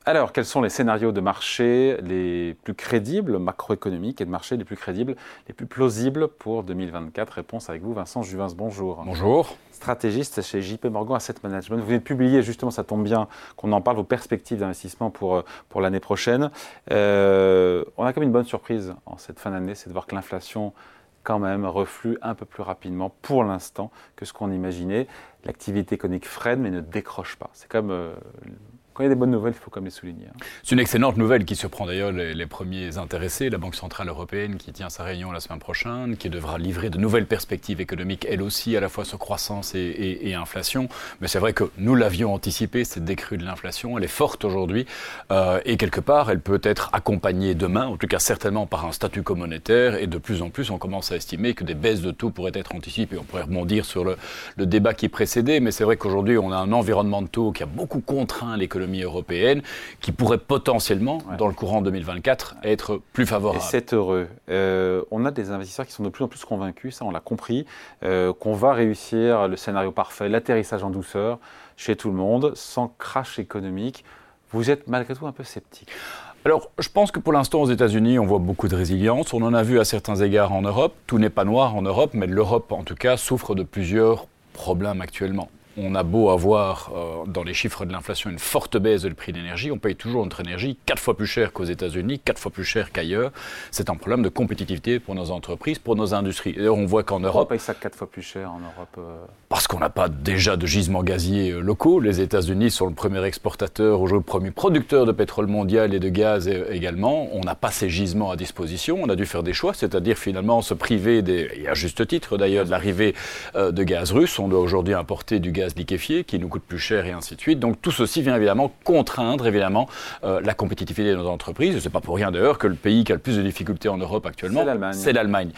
Alors, quels sont les scénarios de marché les plus crédibles, macroéconomiques, et de marché les plus crédibles, les plus plausibles pour 2024? Réponse avec vous, Vincent Juvins, bonjour. Bonjour. Stratégiste chez JP Morgan Asset Management. Vous venez de publier, justement, ça tombe bien qu'on en parle, vos perspectives d'investissement pour l'année prochaine. On a comme une bonne surprise en cette fin d'année, c'est de voir que l'inflation, quand même, reflue un peu plus rapidement, pour l'instant, que ce qu'on imaginait. L'activité économique freine, mais ne décroche pas. C'est comme... Quand il y a des bonnes nouvelles, il faut comme les souligner. C'est une excellente nouvelle qui surprend d'ailleurs les premiers intéressés. La Banque Centrale Européenne qui tient sa réunion la semaine prochaine, qui devra livrer de nouvelles perspectives économiques, elle aussi, à la fois sur croissance et inflation. Mais c'est vrai que nous l'avions anticipé, cette décrue de l'inflation, elle est forte aujourd'hui. Et quelque part, elle peut être accompagnée demain, en tout cas certainement par un statu quo monétaire. Et de plus en plus, on commence à estimer que des baisses de taux pourraient être anticipées. On pourrait rebondir sur le débat qui précédait, mais c'est vrai qu'aujourd'hui, on a un environnement de taux qui a beaucoup contraint l'économie européenne, qui pourrait potentiellement, dans le courant 2024, être plus favorable. Et c'est heureux. On a des investisseurs qui sont de plus en plus convaincus, ça on l'a compris, qu'on va réussir le scénario parfait, l'atterrissage en douceur chez tout le monde, sans crash économique. Vous êtes malgré tout un peu sceptique. Alors, je pense que pour l'instant, aux États-Unis, on voit beaucoup de résilience. On en a vu à certains égards en Europe. Tout n'est pas noir en Europe, mais l'Europe, en tout cas, souffre de plusieurs problèmes actuellement. On a beau avoir, dans les chiffres de l'inflation, une forte baisse du prix de l'énergie, on paye toujours notre énergie 4 fois plus cher qu'aux États-Unis, 4 fois plus cher qu'ailleurs. C'est un problème de compétitivité pour nos entreprises, pour nos industries. D'ailleurs, on voit qu'en Europe... On paye ça 4 fois plus cher en Europe Parce qu'on n'a pas déjà de gisements gaziers locaux. Les États-Unis sont le premier exportateur, aujourd'hui le premier producteur de pétrole mondial et de gaz également. On n'a pas ces gisements à disposition. On a dû faire des choix, c'est-à-dire finalement se priver, et à juste titre d'ailleurs, de l'arrivée de gaz russe. On doit aujourd'hui importer du gaz liquéfié qui nous coûte plus cher et ainsi de suite. Donc tout ceci vient évidemment contraindre la compétitivité de nos entreprises. Et c'est pas pour rien d'ailleurs que le pays qui a le plus de difficultés en Europe actuellement, c'est l'Allemagne.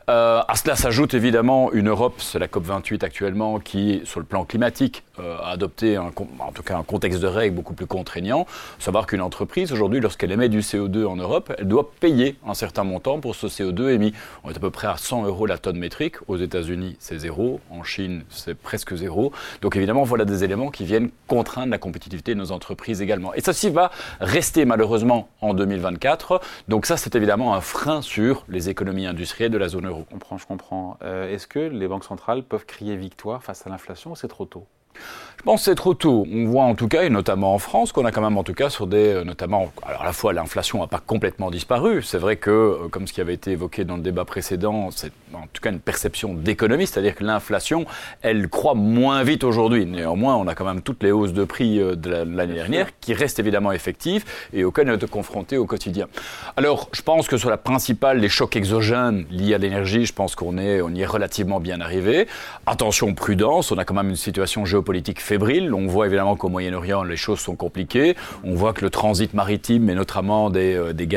À cela s'ajoute évidemment une Europe, c'est la COP28 actuellement, qui sur le plan climatique a adopté en tout cas un contexte de règles beaucoup plus contraignant. Savoir qu'une entreprise aujourd'hui, lorsqu'elle émet du CO2 en Europe, elle doit payer un certain montant pour ce CO2 émis. On est à peu près à 100 € la tonne métrique. Aux États-Unis, c'est 0. En Chine, c'est presque 0. Donc évidemment, voilà des éléments qui viennent contraindre la compétitivité de nos entreprises également. Et ceci va rester malheureusement en 2024. Donc ça, c'est évidemment un frein sur les économies industrielles de la zone euro. Je comprends. Est-ce que les banques centrales peuvent crier victoire face à l'inflation ou c'est trop tôt ? Je pense que c'est trop tôt. On voit en tout cas, et notamment en France, qu'on a quand même en tout cas sur des... notamment, alors à la fois l'inflation n'a pas complètement disparu. C'est vrai que, comme ce qui avait été évoqué dans le débat précédent, c'est en tout cas une perception d'économiste, c'est-à-dire que l'inflation, elle croît moins vite aujourd'hui. Néanmoins, on a quand même toutes les hausses de prix de l'année dernière qui restent évidemment effectives et auxquelles on est confronté au quotidien. Alors, je pense que sur la principale, les chocs exogènes liés à l'énergie, je pense qu'on y est relativement bien arrivé. Attention, prudence, on a quand même une situation géopolitique fébrile. On voit évidemment qu'au Moyen-Orient, les choses sont compliquées. On voit que le transit maritime, et notamment des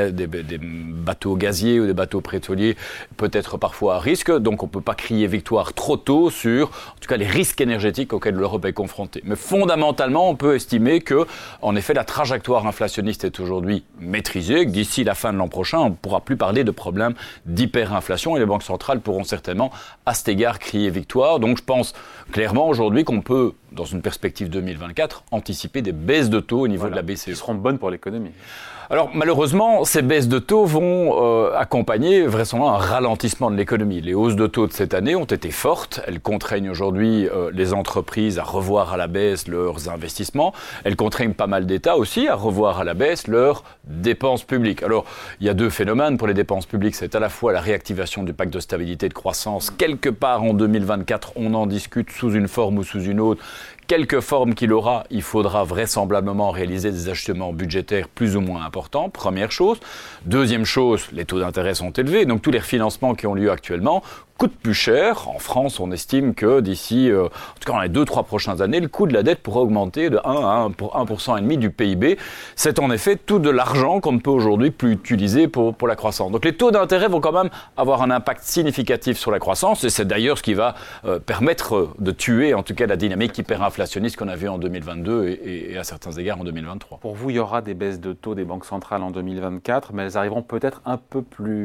bateaux gaziers ou des bateaux pétroliers, peut être parfois à risque. Donc on ne peut pas crier victoire trop tôt sur, en tout cas, les risques énergétiques auxquels l'Europe est confrontée. Mais fondamentalement, on peut estimer que, en effet, la trajectoire inflationniste est aujourd'hui maîtrisée, que d'ici la fin de l'an prochain, on ne pourra plus parler de problème d'hyperinflation et les banques centrales pourront certainement, à cet égard, crier victoire. Donc je pense clairement aujourd'hui qu'on peut, dans une perspective 2024, anticiper des baisses de taux au niveau de la BCE. Qui seront bonnes pour l'économie. Alors malheureusement, ces baisses de taux vont accompagner vraisemblablement un ralentissement de l'économie. Les hausses de taux de cette année ont été fortes. Elles contraignent aujourd'hui les entreprises à revoir à la baisse leurs investissements. Elles contraignent pas mal d'États aussi à revoir à la baisse leurs dépenses publiques. Alors, il y a deux phénomènes pour les dépenses publiques. C'est à la fois la réactivation du pacte de stabilité et de croissance. Quelque part en 2024, on en discute sous une forme ou sous une autre. Quelque forme qu'il aura, il faudra vraisemblablement réaliser des ajustements budgétaires plus ou moins importants, première chose. Deuxième chose, les taux d'intérêt sont élevés, donc tous les refinancements qui ont lieu actuellement coûtent plus cher. En France, on estime que d'ici, en tout cas dans les 2-3 prochaines années, le coût de la dette pourrait augmenter de 1 à 1,5% du PIB. C'est en effet tout de l'argent qu'on ne peut aujourd'hui plus utiliser pour la croissance. Donc les taux d'intérêt vont quand même avoir un impact significatif sur la croissance et c'est d'ailleurs ce qui va permettre de tuer en tout cas la dynamique hyperinflationniste qu'on a vue en 2022 et à certains égards en 2023. Pour vous, il y aura des baisses de taux des banques centrales en 2024, mais elles arriveront peut-être un peu plus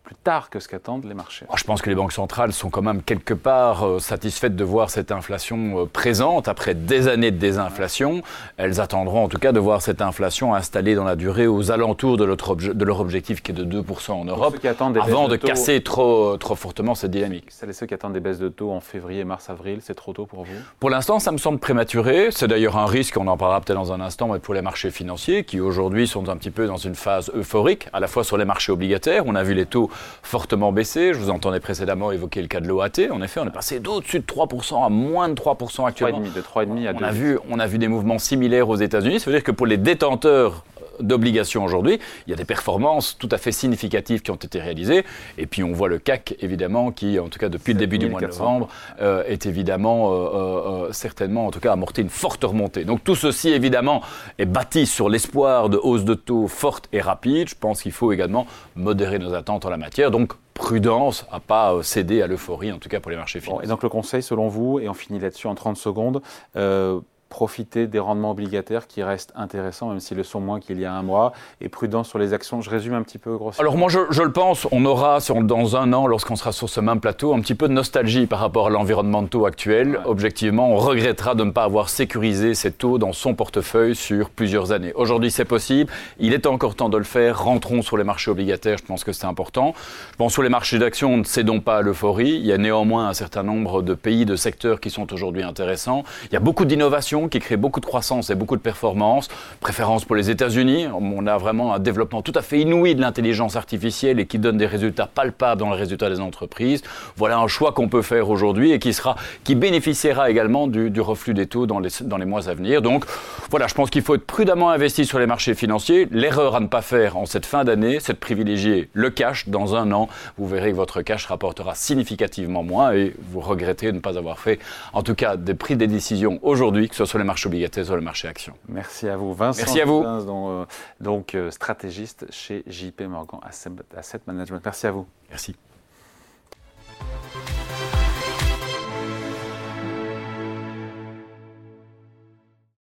plus tard que ce qu'attendent les marchés. Je pense que les banques centrales sont quand même quelque part satisfaites de voir cette inflation présente après des années de désinflation. Elles attendront en tout cas de voir cette inflation installée dans la durée aux alentours de leur objectif qui est de 2% en Europe avant de casser trop fortement cette dynamique. Celles et ceux qui attendent des baisses de taux en février, mars, avril, c'est trop tôt pour vous? Pour l'instant, ça me semble prématuré. C'est d'ailleurs un risque, on en parlera peut-être dans un instant, mais pour les marchés financiers qui aujourd'hui sont un petit peu dans une phase euphorique, à la fois sur les marchés obligataires. On a vu les taux fortement baissé. Je vous entendais précédemment évoquer le cas de l'OAT. En effet, on est passé d'au-dessus de 3% à moins de 3% actuellement. De 3,5 à 2. On a vu des mouvements similaires aux États-Unis. Ça veut dire que pour les détenteurs d'obligations aujourd'hui, il y a des performances tout à fait significatives qui ont été réalisées. Et puis on voit le CAC, évidemment, qui, en tout cas depuis le début du mois de novembre, est évidemment, certainement, en tout cas, amorti une forte remontée. Donc tout ceci, évidemment, est bâti sur l'espoir de hausse de taux forte et rapide. Je pense qu'il faut également modérer nos attentes en la matière. Donc prudence à ne pas céder à l'euphorie, en tout cas pour les marchés financiers. Et donc le conseil, selon vous, et on finit là-dessus en 30 secondes, profiter des rendements obligataires qui restent intéressants, même s'ils le sont moins qu'il y a un mois, et prudent sur les actions. Je résume un petit peu grossièrement. Alors moi, je le pense, on aura dans un an, lorsqu'on sera sur ce même plateau, un petit peu de nostalgie par rapport à l'environnement de taux actuel. Ouais. Objectivement, on regrettera de ne pas avoir sécurisé ces taux dans son portefeuille sur plusieurs années. Aujourd'hui, c'est possible. Il est encore temps de le faire. Rentrons sur les marchés obligataires, je pense que c'est important. Je pense sur les marchés d'actions, ne cédons pas à l'euphorie. Il y a néanmoins un certain nombre de pays, de secteurs qui sont aujourd'hui intéressants. Il y a beaucoup d'innovations qui crée beaucoup de croissance et beaucoup de performance. Préférence pour les États-Unis. On a vraiment un développement tout à fait inouï de l'intelligence artificielle et qui donne des résultats palpables dans les résultats des entreprises. Voilà un choix qu'on peut faire aujourd'hui et qui bénéficiera également du reflux des taux dans les mois à venir. Donc voilà, je pense qu'il faut être prudemment investi sur les marchés financiers. L'erreur à ne pas faire en cette fin d'année, c'est de privilégier le cash. Dans un an, vous verrez que votre cash rapportera significativement moins et vous regrettez de ne pas avoir fait, en tout cas, pris des décisions aujourd'hui, que ce soit sur les marchés obligataires, sur le marché actions. Merci à vous. Vincent. Merci à vous. Donc stratégiste chez JP Morgan Asset Management. Merci à vous. Merci.